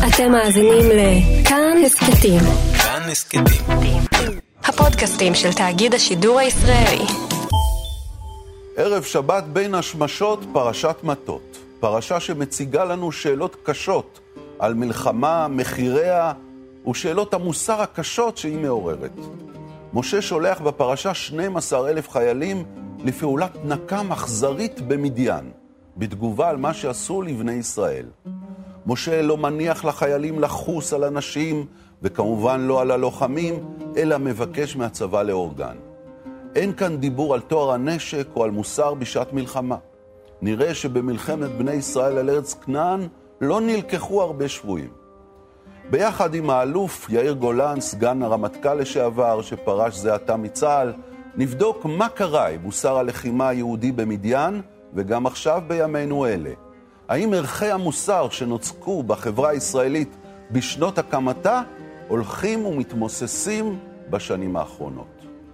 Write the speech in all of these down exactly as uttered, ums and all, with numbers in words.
אתם מאזינים לכאן הסכתים. כאן הסכתים. הפודקאסטים של תאגיד השידור הישראלי. ערב שבת בין השמשות, פרשת מטות. פרשה שמציגה לנו שאלות קשות על מלחמה, מחיריה ושאלות המוסר הקשות שהיא מעוררת. משה שולח בפרשה שנים עשר אלף חיילים לפעולת נקם אכזרית במדיין, בתגובה על מה שעשו לבני ישראל. משה לא מניח לחיילים לחוס על אנשים, וכמובן לא על הלוחמים, אלא מבקש מהצבא לאורגן. אין כאן דיבור על תואר הנשק או על מוסר בשעת מלחמה. נראה שבמלחמת בני ישראל על ארץ כנען לא נלקחו הרבה שבויים. ביחד עם האלוף יאיר גולן, סגן הרמטכ"ל לשעבר, שפרש זה עתה מצה"ל, נבדוק מה קרה עם מוסר הלחימה היהודי במדיין, וגם עכשיו בימינו אלה. האם ערכי המוסר שנוצקו בחברה הישראלית בשנות הקמתה הולכים ומתמוססים בשנים האחרונות?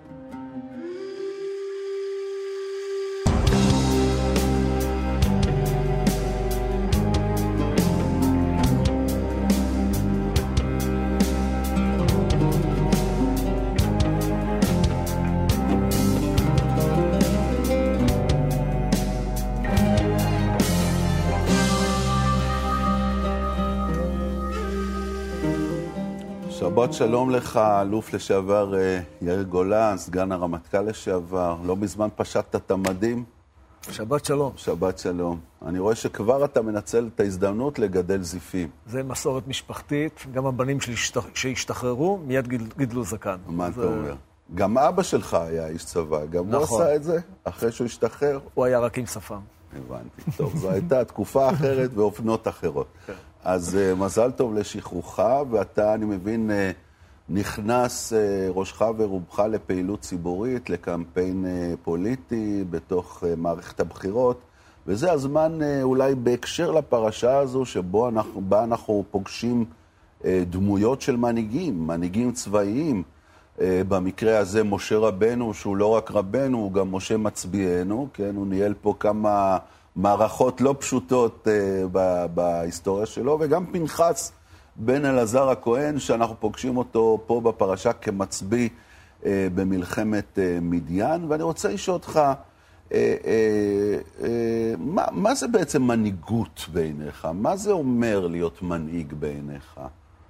שבת שלום לך, אלוף לשעבר יאיר גולן, סגן הרמטכ"ל לשעבר. לא מזמן פשטת את המדים. שבת שלום. שבת שלום. אני רואה שכבר אתה מנצל את ההזדמנות לגדל זיפים. זה מסורת משפחתית. גם הבנים שלי שהשתחררו, מיד גידלו זקן. מה אתה אומר? גם אבא שלך היה איש צבא. גם הוא עשה את זה אחרי שהוא השתחרר? הוא היה רק עם שפם. הבנתי. טוב, זו הייתה תקופה אחרת ואופנות אחרות. אז uh, מזל טוב לשחרוך, ואתה, אני מבין, uh, נכנס uh, ראשך ורובך לפעילות ציבורית, לקמפיין uh, פוליטי בתוך uh, מערכת הבחירות, וזה הזמן uh, אולי בהקשר לפרשה הזו, שבו אנחנו, בה אנחנו פוגשים uh, דמויות של מנהיגים, מנהיגים צבאיים, uh, במקרה הזה משה רבנו, שהוא לא רק רבנו, הוא גם משה מצביענו, כן? הוא ניהל פה כמה מערכות לא פשוטות uh, ב- בהיסטוריה שלו, וגם פנחס בן אלעזר הכהן, שאנחנו פוגשים אותו פה בפרשה כמצביא uh, במלחמת uh, מדיין. ואני רוצה לשאול אותך, uh, uh, uh, מה, מה זה בעצם מנהיגות בעיניך? מה זה אומר להיות מנהיג בעיניך?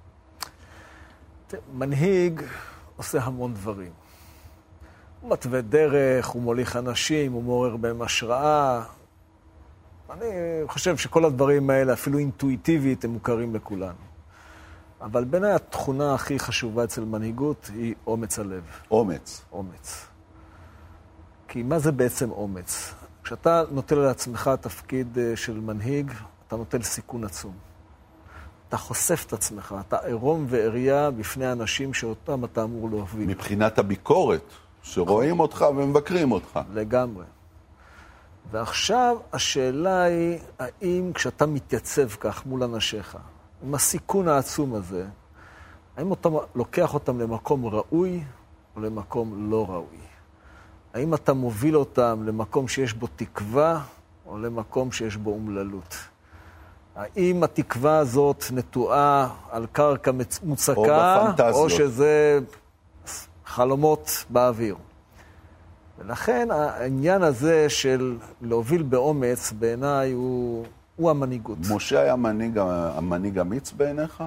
מנהיג עושה המון דברים. הוא מתווה דרך, הוא מוליך אנשים, הוא מעורר בהם השראה. אני חושב שכל הדברים האלה, אפילו אינטואיטיבית, הם מוכרים לכולנו. אבל בעיניי התכונה הכי חשובה אצל מנהיגות היא אומץ הלב. אומץ. אומץ. כי מה זה בעצם אומץ? כשאתה נוטל לעצמך תפקיד של מנהיג, אתה נוטל סיכון עצום. אתה חושף את עצמך, אתה עירום ועריה בפני אנשים שאותם אתה אמור להוביל. מבחינת הביקורת, שרואים אותך ומבקרים אותך. לגמרי. ועכשיו השאלה היא, האם כשאתה מתייצב כך מול אנשיך, עם הסיכון העצום הזה, האם אתה לוקח אותם למקום ראוי או למקום לא ראוי? האם אתה מוביל אותם למקום שיש בו תקווה או למקום שיש בו אומללות? האם התקווה הזאת נטועה על קרקע מוצקה, או, או שזה חלומות באוויר? ולכן העניין הזה של להוביל באומץ בעיניי הוא, הוא המנהיגות. משה היה מנהיג, המנהיג אמיץ בעיניך?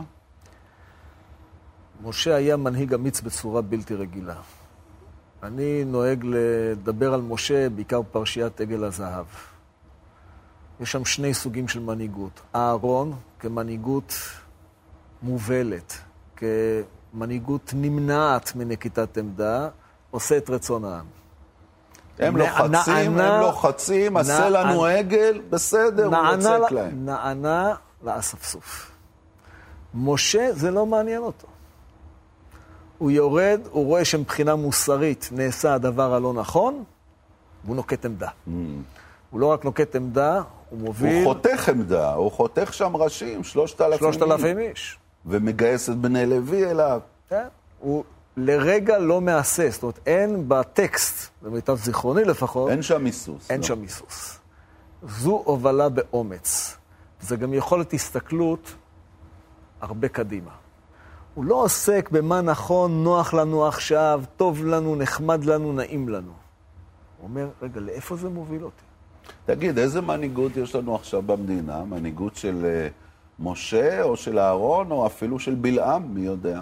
משה היה מנהיג אמיץ בצורה בלתי רגילה. אני נוהג לדבר על משה בעיקר בפרשיית עגל הזהב. יש שם שני סוגים של מנהיגות. אהרון כמנהיגות מובלת, כמנהיגות נמנעת מנקיטת עמדה, עושה את רצון העם. הם לוחצים, הם לוחצים, עשה לנו עגל, בסדר, הוא יוצק להם. נענה לאספסוף. משה זה לא מעניין אותו. הוא יורד, הוא רואה שמבחינה מוסרית נעשה הדבר הלא נכון, והוא נוקט עמדה. הוא לא רק נוקט עמדה, הוא מוביל... הוא חותך עמדה, הוא חותך שם ראשים, שלושת אלפים שלושת אלפים איש. ומגייס את בני לוי אליו. כן, הוא לרגע לא מעשה, זאת אומרת, אין בטקסט, במיטב זיכרוני לפחות... אין שם מיסוס. אין לא. שם מיסוס. זו הובלה באומץ. זה גם יכולת הסתכלות הרבה קדימה. הוא לא עוסק במה נכון, נוח לנו עכשיו, טוב לנו, נחמד לנו, נעים לנו. הוא אומר, רגע, לאיפה זה מוביל אותי? תגיד, איזה מנהיגות יש לנו עכשיו במדינה? מנהיגות של uh, משה או של אהרון או אפילו של בלעם, מי יודע?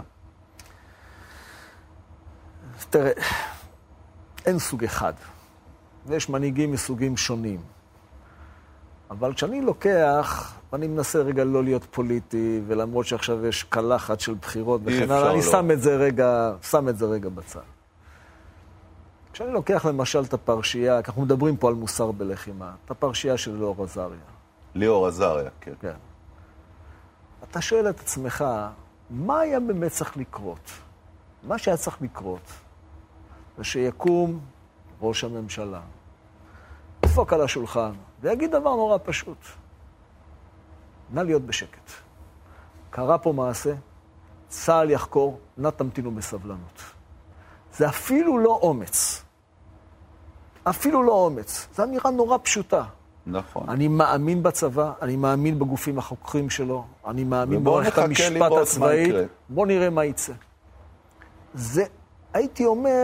תראה, אין סוג אחד. ויש מנהיגים מסוגים שונים. אבל כשאני לוקח, ואני מנסה רגע לא להיות פוליטי, ולמרות שעכשיו יש קלחת של בחירות וכן הלאה, אני לא. שם את זה רגע, שם את זה רגע בצד. כשאני לוקח למשל את הפרשייה, כי אנחנו מדברים פה על מוסר בלחימה, את הפרשייה של ליאור עזריה. ליאור עזריה, כן. כן. אתה שואל את עצמך, מה היה באמת צריך לקרות? מה שהיה צריך לקרות, זה שיקום ראש הממשלה, דפוק על השולחן, ויגיד דבר נורא פשוט. נא להיות בשקט. קרה פה מעשה, צה"ל יחקור, נא תמתינו בסבלנות. זה אפילו לא אומץ. אפילו לא אומץ. זו אמירה נורא פשוטה. נכון. אני מאמין בצבא, אני מאמין בגופים החוקרים שלו, אני מאמין במערכת המשפט הצבאית. בוא נראה מה יצא. זה, הייתי אומר,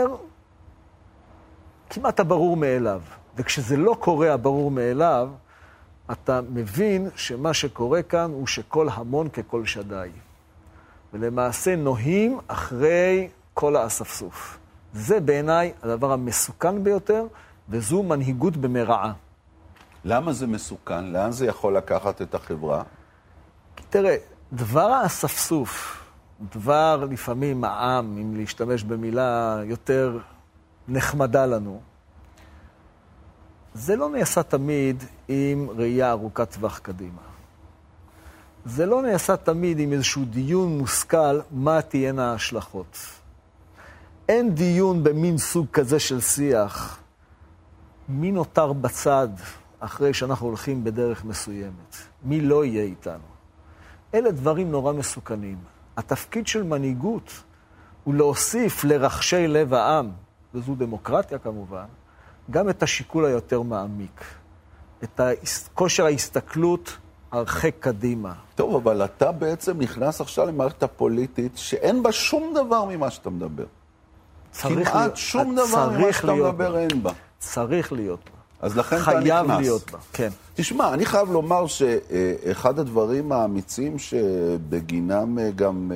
כמעט הברור מאליו. וכשזה לא קורה הברור מאליו, אתה מבין שמה שקורה כאן הוא שכל המון ככל שדאי. ולמעשה נוהים אחרי כל האספסוף. זה בעיניי הדבר המסוכן ביותר, וזו מנהיגות במרעה. למה זה מסוכן? לאן זה יכול לקחת את החברה? כי תראה, דבר האספסוף, דבר לפעמים העם, אם להשתמש במילה יותר נחמדה לנו, זה לא נעשה תמיד עם ראייה ארוכת טווח קדימה. זה לא נעשה תמיד עם איזשהו דיון מושכל מה תהיינה ההשלכות. אין דיון במין סוג כזה של שיח, מי נותר בצד אחרי שאנחנו הולכים בדרך מסוימת? מי לא יהיה איתנו? אלה דברים נורא מסוכנים. התפקיד של מנהיגות הוא להוסיף לרחשי לב העם, וזו דמוקרטיה כמובן, גם את השיקול היותר מעמיק, את כושר ההסתכלות הרחק קדימה. טוב, אבל אתה בעצם נכנס עכשיו למערכת הפוליטית שאין בה שום דבר ממה שאתה מדבר. כמעט להיות, שום דבר ממה שאתה מדבר בה. אין בה. צריך להיות בה. אז לכן אתה נכנס. חייב להיות בה, כן. תשמע, אני חייב לומר שאחד הדברים האמיצים שבגינם גם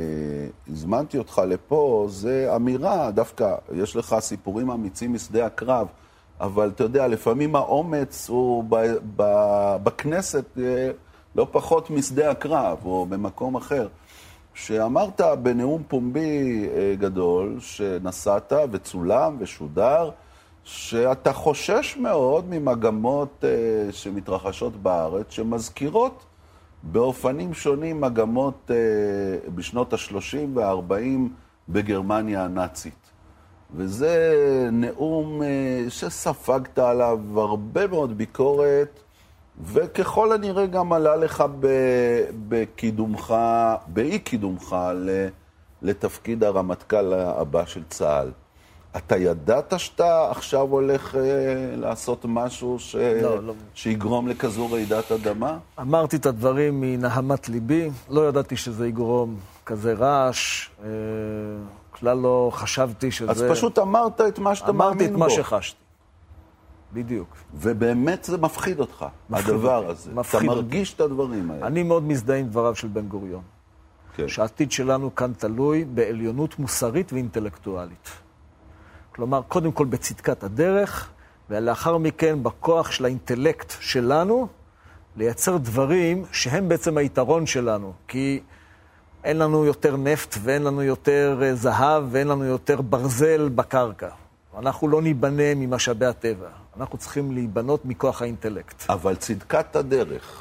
הזמנתי אותך לפה, זה אמירה, דווקא יש לך סיפורים אמיצים משדה הקרב, אבל אתה יודע, לפעמים האומץ הוא ב, ב, בכנסת לא פחות משדה הקרב, או במקום אחר. שאמרת בנאום פומבי גדול, שנסעת וצולם ושודר, שאתה חושש מאוד ממגמות שמתרחשות בארץ, שמזכירות באופנים שונים מגמות בשנות ה-שלושים וה-ארבעים בגרמניה הנאצית. וזה נאום שספגת עליו הרבה מאוד ביקורת, וככל הנראה גם עלה לך בקידומך, באי קידומך לתפקיד הרמטכ"ל הבא של צה"ל. אתה ידעת שאתה עכשיו הולך לעשות משהו ש... לא, לא. שיגרום לכזו רעידת אדמה? אמרתי את הדברים מנהמת ליבי, לא ידעתי שזה יגרום כזה רעש, כלל לא חשבתי שזה... אז פשוט אמרת את מה שאתה מאמין בו. אמרתי את מה שחשתי. בדיוק. ובאמת זה מפחיד אותך, הדבר אותי. הזה. מפחיד אתה מרגיש אותי. את הדברים האלה. אני מאוד מזדהה עם דבריו של בן גוריון. כן. שהעתיד שלנו כאן תלוי בעליונות מוסרית ואינטלקטואלית. כלומר, קודם כל בצדקת הדרך, ולאחר מכן בכוח של האינטלקט שלנו, לייצר דברים שהם בעצם היתרון שלנו. כי אין לנו יותר נפט ואין לנו יותר זהב ואין לנו יותר ברזל בקרקע. אנחנו לא ניבנה ממשאבי הטבע. אנחנו צריכים להיבנות מכוח האינטלקט. אבל צדקת הדרך.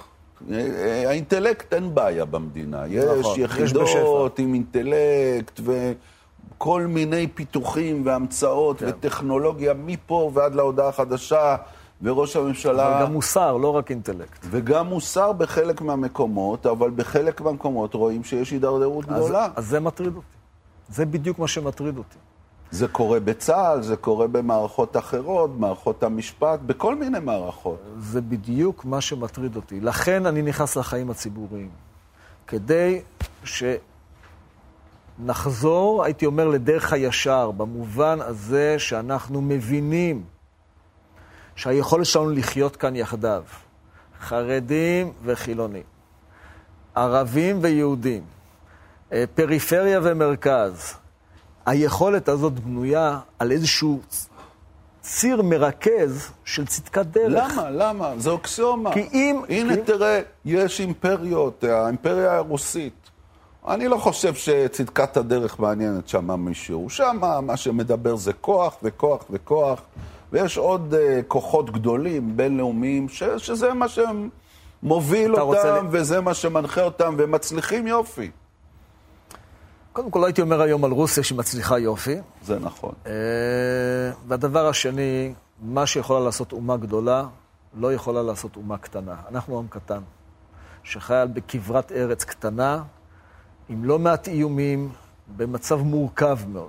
האינטלקט אין בעיה במדינה. יש נכון, יחידות יש עם אינטלקט וכל מיני פיתוחים והמצאות כן. וטכנולוגיה מפה ועד להודעה החדשה וראש הממשלה... אבל גם מוסר, לא רק אינטלקט. וגם מוסר בחלק מהמקומות, אבל בחלק מהמקומות רואים שיש הידרדרות גדולה. אז זה מטריד אותי. זה בדיוק מה שמטריד אותי. זה קורה בצה"ל, זה קורה במערכות אחרות, מערכות המשפט, בכל מיני מערכות. זה בדיוק מה שמטריד אותי. לכן אני נכנס לחיים הציבוריים. כדי שנחזור, הייתי אומר, לדרך הישר, במובן הזה שאנחנו מבינים שהיכולת שלנו לחיות כאן יחדיו, חרדים וחילונים, ערבים ויהודים, פריפריה ומרכז, היכולת הזאת בנויה על איזשהו ציר מרכז של צדקת דרך. למה? למה? זה אוקסיומה. כי אם... הנה כי... תראה, יש אימפריות, האימפריה הרוסית. אני לא חושב שצדקת הדרך מעניינת שמה מישהו. שמה מה שמדבר זה כוח וכוח וכוח, ויש עוד uh, כוחות גדולים, בינלאומיים, ש... שזה מה שמוביל אותם, ל... וזה מה שמנחה אותם, ומצליחים יופי. קודם כל, הייתי אומר היום על רוסיה שמצליחה יופי. זה נכון. והדבר השני, מה שיכולה לעשות אומה גדולה, לא יכולה לעשות אומה קטנה. אנחנו עם קטן, שחי בכברת ארץ קטנה, עם לא מעט איומים, במצב מורכב מאוד.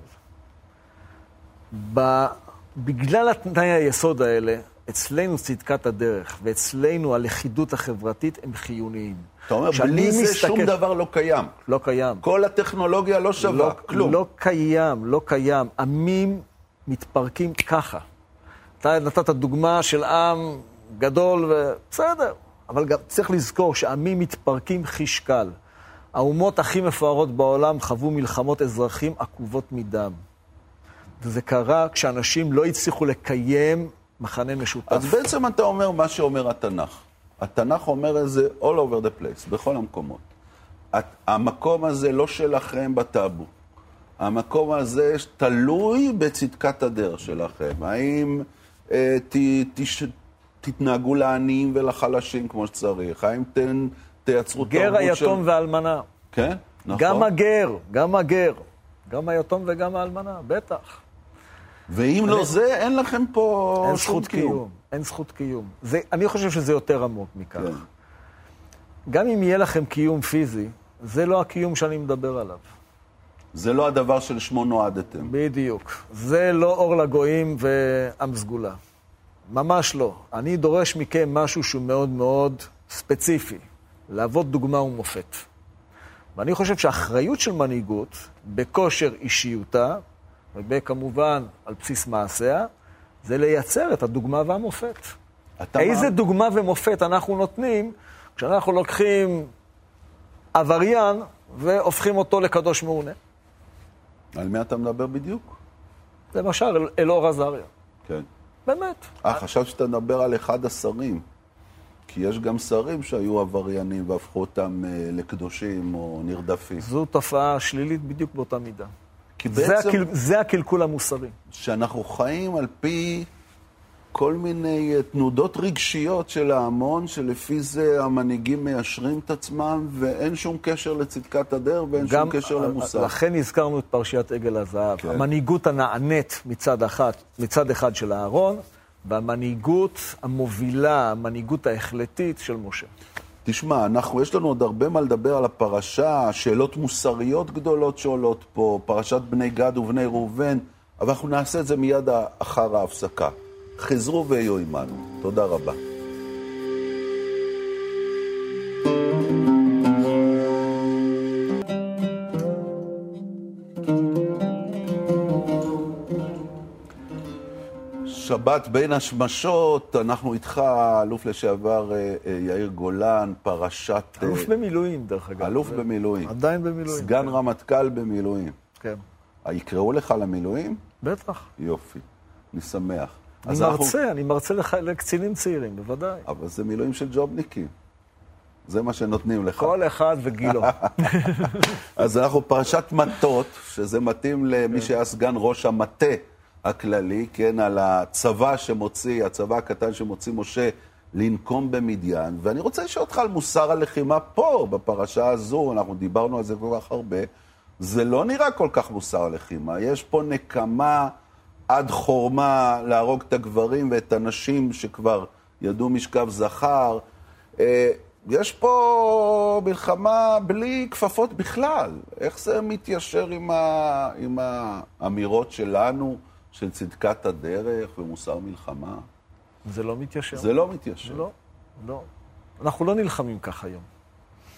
בגלל התנאי היסוד האלה, אצלנו צדקת הדרך, ואצלנו הלכידות החברתית הם חיוניים. אתה אומר, בלי זה מסתכל... שום דבר לא קיים. לא קיים. כל הטכנולוגיה לא שווה, לא, כלום. לא קיים, לא קיים. עמים מתפרקים ככה. אתה נתת דוגמה של עם גדול ובסדר, אבל גם צריך לזכור שעמים מתפרקים חישקל. האומות הכי מפוארות בעולם חוו מלחמות אזרחים עקובות מדם. וזה קרה כשאנשים לא הצליחו לקיים מחנה משותף. אז בעצם אתה אומר מה שאומר התנ"ך. התנ"ך אומר את זה all over the place, בכל המקומות. המקום הזה לא שלכם בטאבו. המקום הזה תלוי בצדקת הדרך שלכם. האם אה, ת, תש, תתנהגו לעניים ולחלשים כמו שצריך? האם תן, תייצרו תרבות של... גר, היתום והאלמנה. כן, נכון. גם הגר, גם הגר. גם היתום וגם האלמנה, בטח. ואם לא זה, אין לכם פה אין זכות קיום. אין זכות קיום. זה, אני חושב שזה יותר עמוק מכך. כן. גם אם יהיה לכם קיום פיזי, זה לא הקיום שאני מדבר עליו. זה לא הדבר שלשמו נועדתם. בדיוק. זה לא אור לגויים ועם סגולה. ממש לא. אני דורש מכם משהו שהוא מאוד מאוד ספציפי. לעבוד דוגמה ומופת. ואני חושב שהאחריות של מנהיגות, בכושר אישיותה, וכמובן על בסיס מעשיה, זה לייצר את הדוגמה והמופת. איזה מה... דוגמה ומופת אנחנו נותנים כשאנחנו לוקחים עבריין והופכים אותו לקדוש מעונה? על מי אתה מדבר בדיוק? למשל, אלאור עזריה. כן. באמת. אה, חשבת שאתה מדבר על אחד השרים. כי יש גם שרים שהיו עבריינים והפכו אותם אה, לקדושים או נרדפים. זו תופעה שלילית בדיוק באותה מידה. כי בעצם... זה, הקל... זה הקלקול המוסרי. שאנחנו חיים על פי כל מיני תנודות רגשיות של ההמון, שלפי זה המנהיגים מיישרים את עצמם, ואין שום קשר לצדקת הדרך, ואין שום קשר למוסר. לכן הזכרנו את פרשיית עגל הזהב. כן. המנהיגות הנענית מצד אחד, מצד אחד של הארון, והמנהיגות המובילה, המנהיגות ההחלטית של משה. תשמע, אנחנו, יש לנו עוד הרבה מה לדבר על הפרשה, שאלות מוסריות גדולות שעולות פה, פרשת בני גד ובני ראובן, אבל אנחנו נעשה את זה מיד אחר ההפסקה. חזרו ויהיו עמנו. תודה רבה. שבת בין השמשות, אנחנו איתך, אלוף לשעבר יאיר גולן, פרשת... אלוף במילואים, דרך אגב. אלוף במילואים. עדיין במילואים. סגן רמטכ"ל במילואים. כן. יקראו לך למילואים? בטח. יופי, אני שמח. אני מרצה, אני מרצה לקצינים צעירים, בוודאי. אבל זה מילואים של ג'ובניקים. זה מה שנותנים לך. כל אחד וגילו. אז אנחנו פרשת מטות, שזה מתאים למי שהיה סגן ראש המטה הכללי, כן, על הצבא שמוציא, הצבא הקטן שמוציא משה לנקום במדיין, ואני רוצה לשאול אותך על מוסר הלחימה פה, בפרשה הזו, אנחנו דיברנו על זה כל כך הרבה, זה לא נראה כל כך מוסר הלחימה, יש פה נקמה עד חורמה להרוג את הגברים ואת הנשים שכבר ידעו משכב זכר, יש פה מלחמה בלי כפפות בכלל, איך זה מתיישר עם, ה... עם האמירות שלנו, של צדקת הדרך ומוסר מלחמה? זה לא מתיישר. זה לא מתיישר. לא, לא. אנחנו לא נלחמים כך היום.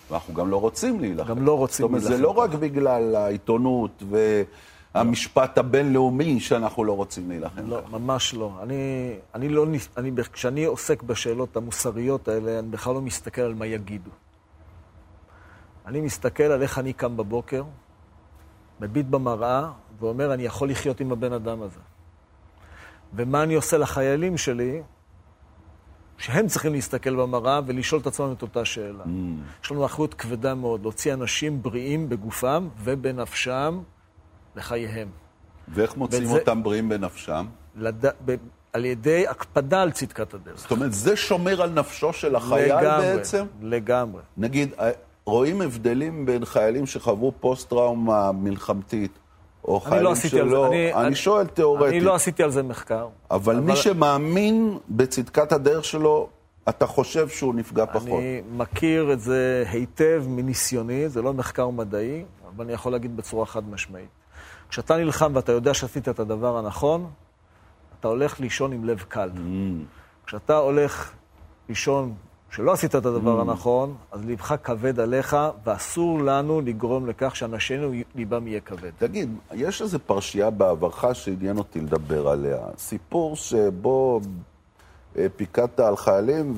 ואנחנו גם לא רוצים להילחם. גם לא רוצים להילחם. זאת אומרת, להילחם. זה לא רק בגלל העיתונות והמשפט הבינלאומי שאנחנו לא רוצים להילחם. לא, ממש לא. אני, אני לא, אני, כשאני עוסק בשאלות המוסריות האלה, אני בכלל לא מסתכל על מה יגידו. אני מסתכל על איך אני קם בבוקר, מביט במראה, ואומר, אני יכול לחיות עם הבן אדם הזה. ומה אני עושה לחיילים שלי, שהם צריכים להסתכל במראה ולשאול את עצמם את אותה שאלה. Mm. יש לנו אחריות כבדה מאוד, להוציא אנשים בריאים בגופם ובנפשם לחייהם. ואיך מוצאים וזה, אותם בריאים בנפשם? לד... ב... על ידי הקפדה על צדקת הדרך. זאת אומרת, זה שומר על נפשו של החייל לגמרי, בעצם? לגמרי. נגיד, רואים הבדלים בין חיילים שחוו פוסט-טראומה מלחמתית, או חיילים לא שלא, אני, אני אני שואל תיאורטית. אני לא עשיתי על זה מחקר. אבל, אבל מי שמאמין בצדקת הדרך שלו, אתה חושב שהוא נפגע פחות. אני מכיר את זה היטב מניסיוני, זה לא מחקר מדעי, אבל אני יכול להגיד בצורה חד משמעית. כשאתה נלחם ואתה יודע שעשית את הדבר הנכון, אתה הולך לישון עם לב קל. Mm. כשאתה הולך לישון שלא עשית את הדבר mm. הנכון, אז לבך כבד עליך, ואסור לנו לגרום לכך שאנשינו ליבם יהיה כבד. תגיד, יש איזו פרשייה בעברך שעניין אותי לדבר עליה. סיפור שבו אה, פיקדת על חיילים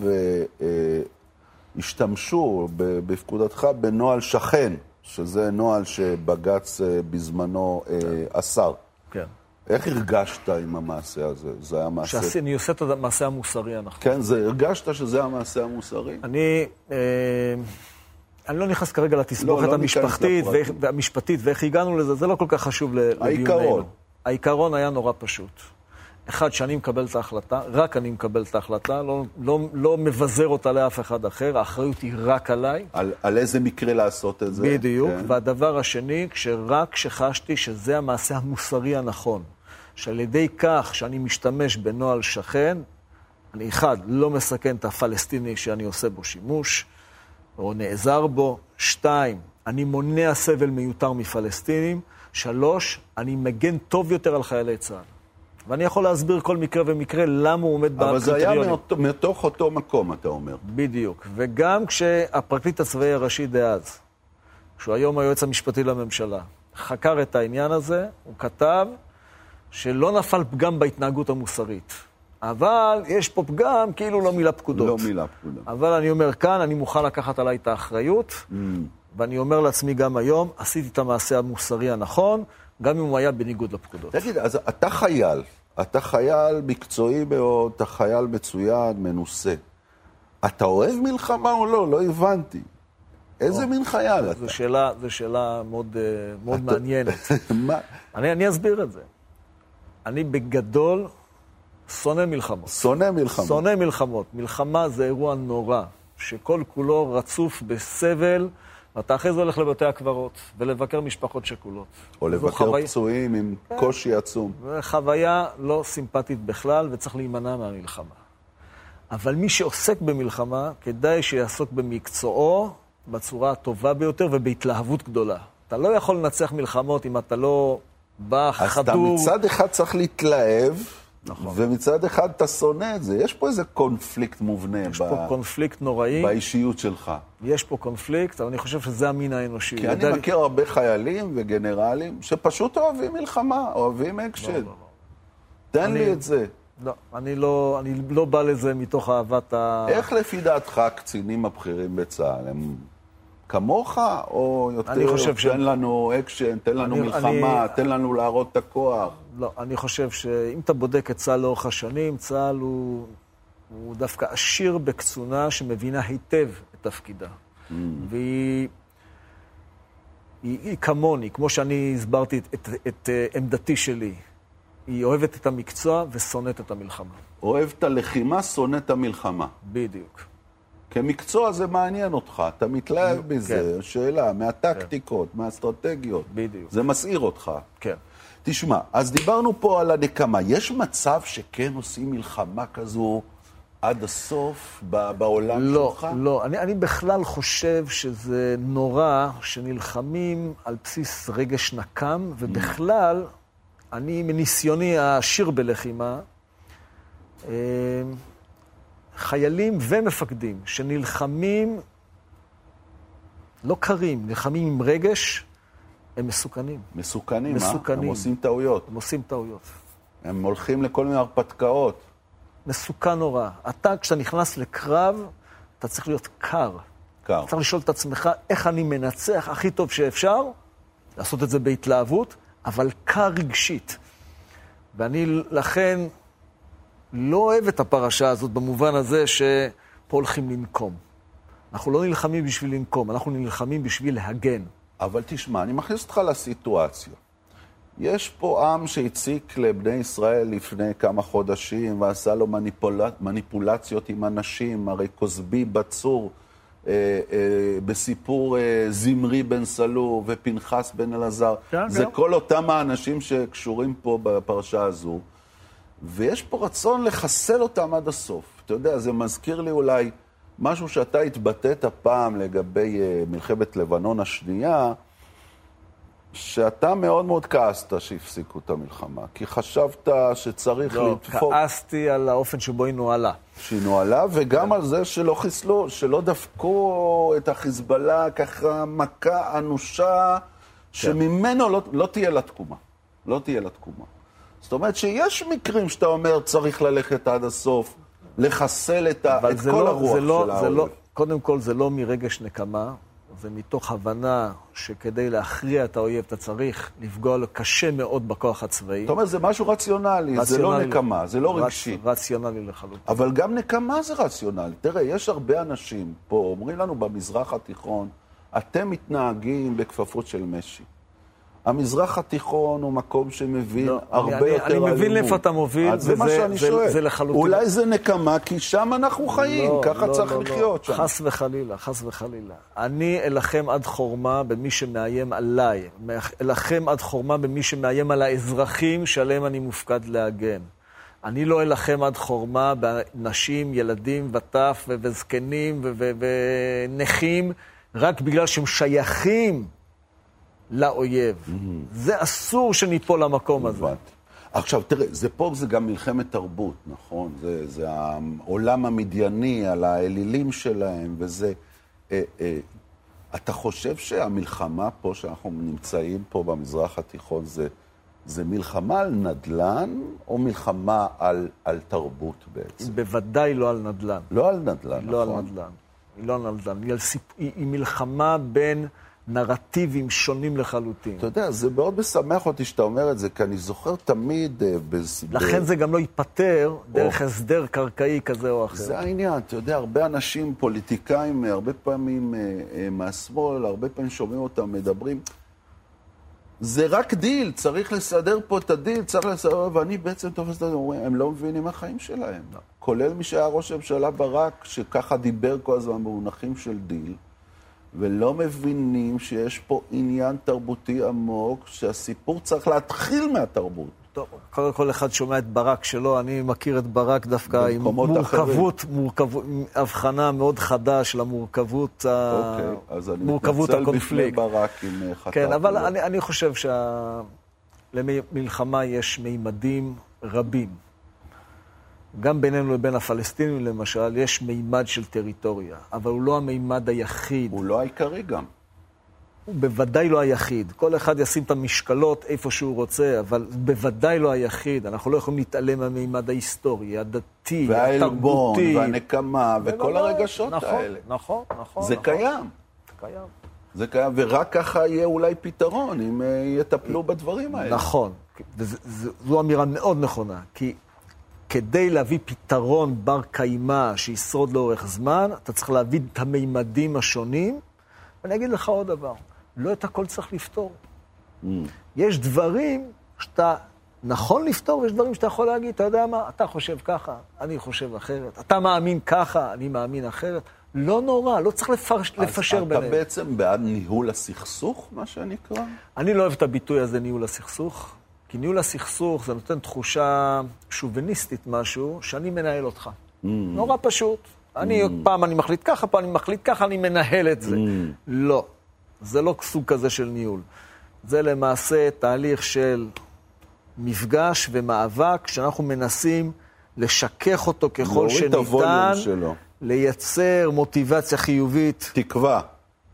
והשתמשו אה, בפקודתך בנוהל שכן, שזה נוהל שבג"ץ אה, בזמנו אה, אסר. כן. איך הרגשת עם המעשה הזה? זה היה מעשה... שאני עושה את המעשה המוסרי הנכון. כן, זה, הרגשת שזה המעשה המוסרי? אני, אה, אני לא נכנס כרגע לתסבוכת לא, לא המשפחתית ואיך, והמשפטית, ואיך הגענו לזה, זה לא כל כך חשוב לדיוננו. העיקרון. העיקרון היה נורא פשוט. אחד, שאני מקבל את ההחלטה, רק אני מקבל את ההחלטה, לא, לא, לא מבזר אותה לאף אחד אחר, האחריות היא רק עליי. על, על איזה מקרה לעשות את זה? בדיוק, כן. והדבר השני, כשרק שחשתי שזה המעשה המוסרי הנכון, שעל ידי כך שאני משתמש בנוהל שכן, אני אחד, לא מסכן את הפלסטיני שאני עושה בו שימוש, או נעזר בו. שתיים, אני מונע סבל מיותר מפלסטינים. שלוש, אני מגן טוב יותר על חיילי צה"ל. ואני יכול להסביר כל מקרה ומקרה למה הוא עומד בקריטריונים. אבל זה היה מאותו, מתוך אותו מקום, אתה אומר. בדיוק. וגם כשהפרקליט הצבאי הראשי דאז, שהוא היום היועץ המשפטי לממשלה, חקר את העניין הזה, הוא כתב שלא נפל פגם בהתנהגות המוסרית. אבל יש פה פגם כאילו לא מילה פקודות. לא מילה פקודות. אבל אני אומר כאן, אני מוכן לקחת עליי את האחריות, mm. ואני אומר לעצמי גם היום, עשיתי את המעשה המוסרי הנכון, גם אם הוא היה בניגוד לפקודות. תגיד, אז אתה חייל, אתה חייל מקצועי מאוד, אתה חייל מצוין, מנוסה. אתה אוהב מלחמה או לא? לא הבנתי. איזה מין חייל אתה? זו שאלה, זו שאלה מאוד, מאוד מעניינת. מה? אני, אני אסביר את זה. אני בגדול שונא מלחמות. שונא מלחמות. שונא מלחמות. מלחמה זה אירוע נורא, שכל כולו רצוף בסבל, ואתה אחרי זה הולך לבתי הקברות, ולבקר משפחות שכולות. או לבקר חווי... פצועים עם קושי עצום. חוויה לא סימפטית בכלל, וצריך להימנע מהמלחמה. אבל מי שעוסק במלחמה, כדאי שיעסוק במקצועו, בצורה הטובה ביותר ובהתלהבות גדולה. אתה לא יכול לנצח מלחמות אם אתה לא בא חדור. אז אתה מצד אחד צריך להתלהב, נכון. ומצד אחד אתה שונא את זה. יש פה איזה קונפליקט מובנה. יש ב... פה קונפליקט נוראי. באישיות שלך. יש פה קונפליקט, אבל אני חושב שזה המין האנושי. כי אני מכיר הרבה חיילים וגנרלים שפשוט אוהבים מלחמה, אוהבים אקשן. לא, לא, לא. תן אני... לי את זה. לא, אני לא, אני לא בא לזה מתוך אהבת ה... איך לפי דעתך הקצינים הבכירים בצה"ל? הם כמוך או יותר? אני חושב ש... תן לנו אקשן, תן לנו אני, מלחמה, אני... תן לנו להראות את הכוח. לא, אני חושב שאם אתה בודק את צה"ל לאורך השנים, צה"ל הוא, הוא דווקא עשיר בקצונה שמבינה היטב את תפקידה. Mm. והיא היא, היא כמוני, כמו שאני הסברתי את, את, את, את עמדתי שלי. היא אוהבת את המקצוע ושונאת את המלחמה. אוהבת את הלחימה, שונאת את המלחמה. בדיוק. כמקצוע זה מעניין אותך, אתה מתלהב כן. בזה, שאלה, מהטקטיקות, כן. מהאסטרטגיות. בדיוק. זה מסעיר אותך. כן. תשמע, אז דיברנו פה על הנקמה. יש מצב שכן עושים מלחמה כזו עד הסוף בעולם לא, שלך? לא, לא. אני, אני בכלל חושב שזה נורא שנלחמים על בסיס רגש נקם, ובכלל... אני מניסיוני העשיר בלחימה, חיילים ומפקדים שנלחמים לא קרים, נלחמים עם רגש, הם מסוכנים. מסוכנים, מסוכנים. אה? הם עושים טעויות. הם עושים טעויות. הם הולכים לכל מיני הרפתקאות. מסוכן נורא. אתה, כשאתה נכנס לקרב, אתה צריך להיות קר. קר. צריך לשאול את עצמך איך אני מנצח הכי טוב שאפשר, לעשות את זה בהתלהבות, אבל קר רגשית. ואני לכן לא אוהב את הפרשה הזאת במובן הזה שפה הולכים לנקום. אנחנו לא נלחמים בשביל לנקום, אנחנו נלחמים בשביל להגן. אבל תשמע, אני מכניס אותך לסיטואציה. יש פה עם שהציק לבני ישראל לפני כמה חודשים, ועשה לו מניפול... מניפולציות עם אנשים, הרי כוזבי בצור, אה, אה, בסיפור אה, זמרי בן סלו ופנחס בן אלעזר. כן, זה כן. כל אותם האנשים שקשורים פה בפרשה הזו. ויש פה רצון לחסל אותם עד הסוף. אתה יודע, זה מזכיר לי אולי משהו שאתה התבטאת פעם לגבי uh, מלחמת לבנון השנייה, שאתה מאוד מאוד כעסת שהפסיקו את המלחמה, כי חשבת שצריך לא, לדפוק... כעסתי על האופן שבו היא נועלה. שהיא נועלה, וגם על זה שלא חיסלו, שלא דפקו את החיזבאללה ככה מכה אנושה, שממנו לא, לא תהיה לה תקומה. לא תהיה לה תקומה. זאת אומרת שיש מקרים שאתה אומר צריך ללכת עד הסוף, לחסל את, ה, את כל לא, הרוח זה לא, של זה העורף. לא, קודם כל זה לא מרגש נקמה, זה מתוך הבנה שכדי להכריע את האויב אתה צריך לפגוע לו קשה מאוד בכוח הצבאי. זאת אומרת, זה משהו רציונלי, רציונלי זה לא נקמה, זה לא רצ, רגשי. רציונלי לחלוטין. אבל גם נקמה זה רציונלי. תראה, יש הרבה אנשים פה, אומרים לנו במזרח התיכון, אתם מתנהגים בכפפות של משי. המזרח התיכון הוא מקום שמבין לא, הרבה אני, יותר אני אלימות. מבין לאיפה אתה מוביל, זה מה שאני זה, שואל. זה לחלוטין. אולי זה נקמה, כי שם אנחנו חיים, לא, ככה לא, צריך לא, לחיות לא. שם. חס וחלילה, חס וחלילה. אני אלחם עד חורמה במי שמאיים עליי. אלחם עד חורמה במי שמאיים על האזרחים שעליהם אני מופקד להגן. אני לא אלחם עד חורמה בנשים, ילדים וטף וזקנים ונכים, רק בגלל שהם שייכים לאויב. Mm-hmm. זה אסור שניפול למקום הזה. עכשיו, תראה, זה פה זה גם מלחמת תרבות, נכון? זה, זה העולם המדייני, על האלילים שלהם, וזה... אה, אה, אתה חושב שהמלחמה פה, שאנחנו נמצאים פה במזרח התיכון, זה, זה מלחמה על נדל"ן, או מלחמה על, על תרבות בעצם? בוודאי לא על נדל"ן. לא על נדל"ן, לא נכון? על נדל"ן. היא לא על נדל"ן. היא, על סיפ... היא, היא מלחמה בין נרטיבים שונים לחלוטין. אתה יודע, זה מאוד משמח אותי שאתה אומר את זה, כי אני זוכר תמיד... בז... לכן ב... זה גם לא ייפטר דרך או... הסדר קרקעי כזה או אחר. זה העניין, אתה יודע, הרבה אנשים, פוליטיקאים, הרבה פעמים מהשמאל, הרבה פעמים שומעים אותם, מדברים, זה רק דיל, צריך לסדר פה את הדיל, צריך לסדר, ואני בעצם תופס את זה, הם לא מבינים החיים שלהם. לא. כולל מי שהיה ראש הממשלה ברק, שככה דיבר כל הזמן במונחים של דיל, ולא מבינים שיש פה עניין תרבותי עמוק, שהסיפור צריך להתחיל מהתרבות. טוב, קודם כל אחד שומע את ברק שלו, אני מכיר את ברק דווקא עם מורכבות, מורכבות, עם הבחנה מאוד חדה של המורכבות, אוקיי, אז אני מורכבות מתנצל הקונפליקט. בפני ברק עם חטאת. כן, אבל אני, אני חושב שלמלחמה יש מימדים רבים. גם בינינו לבין הפלסטינים, למשל, יש מימד של טריטוריה, אבל הוא לא המימד היחיד. הוא לא העיקרי גם. הוא בוודאי לא היחיד. כל אחד ישים את המשקלות איפה שהוא רוצה, אבל בוודאי לא היחיד. אנחנו לא יכולים להתעלם מהמימד ההיסטורי, הדתי, והעלבון, התרבותי. והנקמה, וכל הרגשות נכון, האלה. נכון, נכון. זה נכון. קיים. קיים. זה קיים, ורק ככה יהיה אולי פתרון, אם יטפלו בדברים האלה. נכון. וזו אמירה מאוד נכונה, כי כדי להביא פתרון בר קיימה שישרוד לאורך זמן, אתה צריך להביא את המימדים השונים, ואני אגיד לך עוד דבר, לא את הכל צריך לפתור. Mm. יש דברים שאתה נכון לפתור, ויש דברים שאתה יכול להגיד, אתה יודע מה, אתה חושב ככה, אני חושב אחרת, אתה מאמין ככה, אני מאמין אחרת, לא נורא, לא צריך לפרש, לפשר ביניהם. אז אתה בעצם בעד ניהול הסכסוך, מה שנקרא? אני לא אוהב את הביטוי הזה, ניהול הסכסוך, כי ניהול הסכסוך זה נותן תחושה שוביניסטית משהו, שאני מנהל אותך. Mm. נורא פשוט. אני, mm. פעם אני מחליט ככה, פעם אני מחליט ככה, אני מנהל את זה. Mm. לא. זה לא סוג כזה של ניהול. זה למעשה תהליך של מפגש ומאבק, שאנחנו מנסים לשכך אותו ככל שניתן, לייצר מוטיבציה חיובית. תקווה.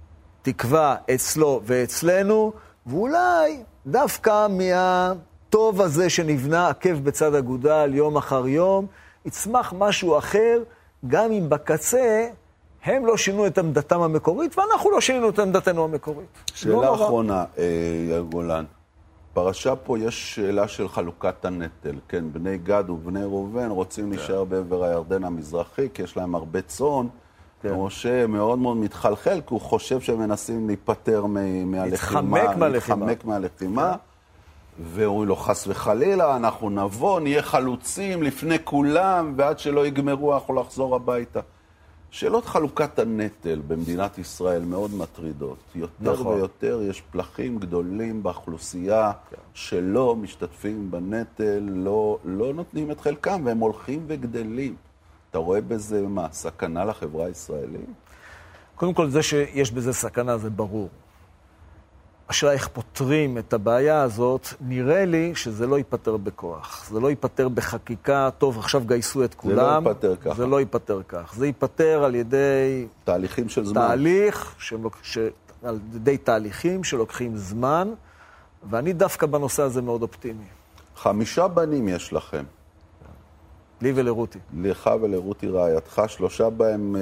תקווה אצלו ואצלנו, ואולי דווקא מהטוב הזה שנבנה עקב בצד אגודל יום אחר יום, יצמח משהו אחר, גם אם בקצה הם לא שינו את עמדתם המקורית, ואנחנו לא שינו את עמדתנו המקורית. שאלה לא אחרונה, יאיר גולן. פרשה פה יש שאלה של חלוקת הנטל. כן, בני גד ובני ראובן רוצים להישאר בעבר הירדן המזרחי, כי יש להם הרבה צאן. משה מאוד מאוד מתחלחל, כי הוא חושב שהם מנסים להיפטר מהלחימה. להתחמק מהלחימה. להתחמק מהלחימה. והוא לא חס וחלילה, אנחנו נבוא, נהיה חלוצים לפני כולם, ועד שלא יגמרו אנחנו לחזור הביתה. שאלות חלוקת הנטל במדינת ישראל מאוד מטרידות. יותר נכון. ויותר יש פלחים גדולים באוכלוסייה כן. שלא משתתפים בנטל, לא, לא נותנים את חלקם, והם הולכים וגדלים. אתה רואה בזה מה? סכנה לחברה הישראלית? קודם כל, זה שיש בזה סכנה זה ברור. השאלה איך פותרים את הבעיה הזאת, נראה לי שזה לא ייפטר בכוח. זה לא ייפטר בחקיקה, טוב, עכשיו גייסו את כולם. זה לא ייפטר ככה. זה לא ייפטר כך. זה ייפטר על ידי... תהליכים של זמן. תהליך, שלוק... ש... על ידי תהליכים שלוקחים זמן, ואני דווקא בנושא הזה מאוד אופטימי. חמישה בנים יש לכם. לי ולרותי. לך ולרותי רעייתך, שלושה בהם...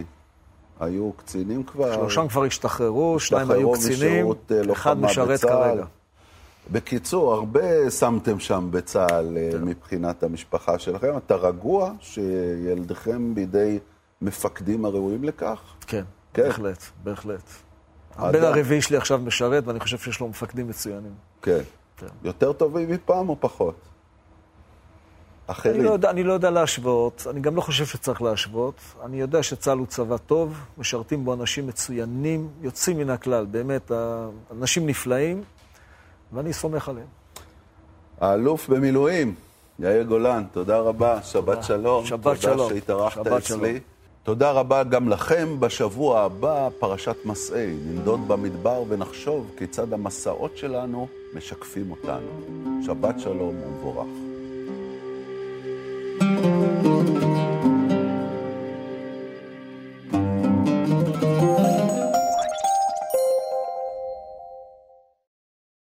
היו קצינים כבר. שלושם כבר השתחררו, שניים היו קצינים, אחד משרת כרגע. בקיצור, הרבה שמתם שם בצה"ל מבחינת המשפחה שלכם. אתה רגוע שילדיכם בידי מפקדים הראויים לכך? כן, בהחלט, בהחלט. הבן הרביעי שלי עכשיו משרת, ואני חושב שיש לו מפקדים מצוינים. כן. יותר טובים מפעם או פחות? אני לא, יודע, אני לא יודע להשוות, אני גם לא חושב שצריך להשוות. אני יודע שצה"ל הוא צבא טוב, משרתים בו אנשים מצוינים, יוצאים מן הכלל, באמת, אנשים נפלאים, ואני סומך עליהם. האלוף במילואים, יאיר גולן, תודה רבה, שבת שלום. שבת שלום. תודה שהתארחת אצלי. תודה רבה גם לכם. בשבוע הבא, פרשת מסעי, ננדוד במדבר ונחשוב כיצד המסעות שלנו משקפים אותנו. שבת שלום ומבורך.